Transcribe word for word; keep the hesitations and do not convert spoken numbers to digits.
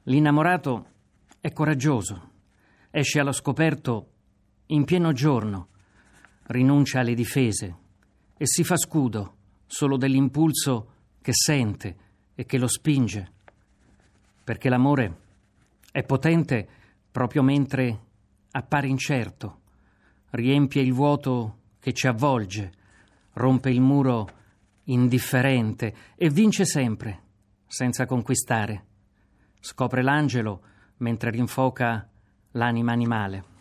L'innamorato è coraggioso, esce allo scoperto in pieno giorno, rinuncia alle difese e si fa scudo solo dell'impulso che sente e che lo spinge, perché l'amore è potente proprio mentre appare incerto, riempie il vuoto che ci avvolge, rompe il muro indifferente e vince sempre senza conquistare. Scopre l'angelo mentre rinfoca l'anima animale.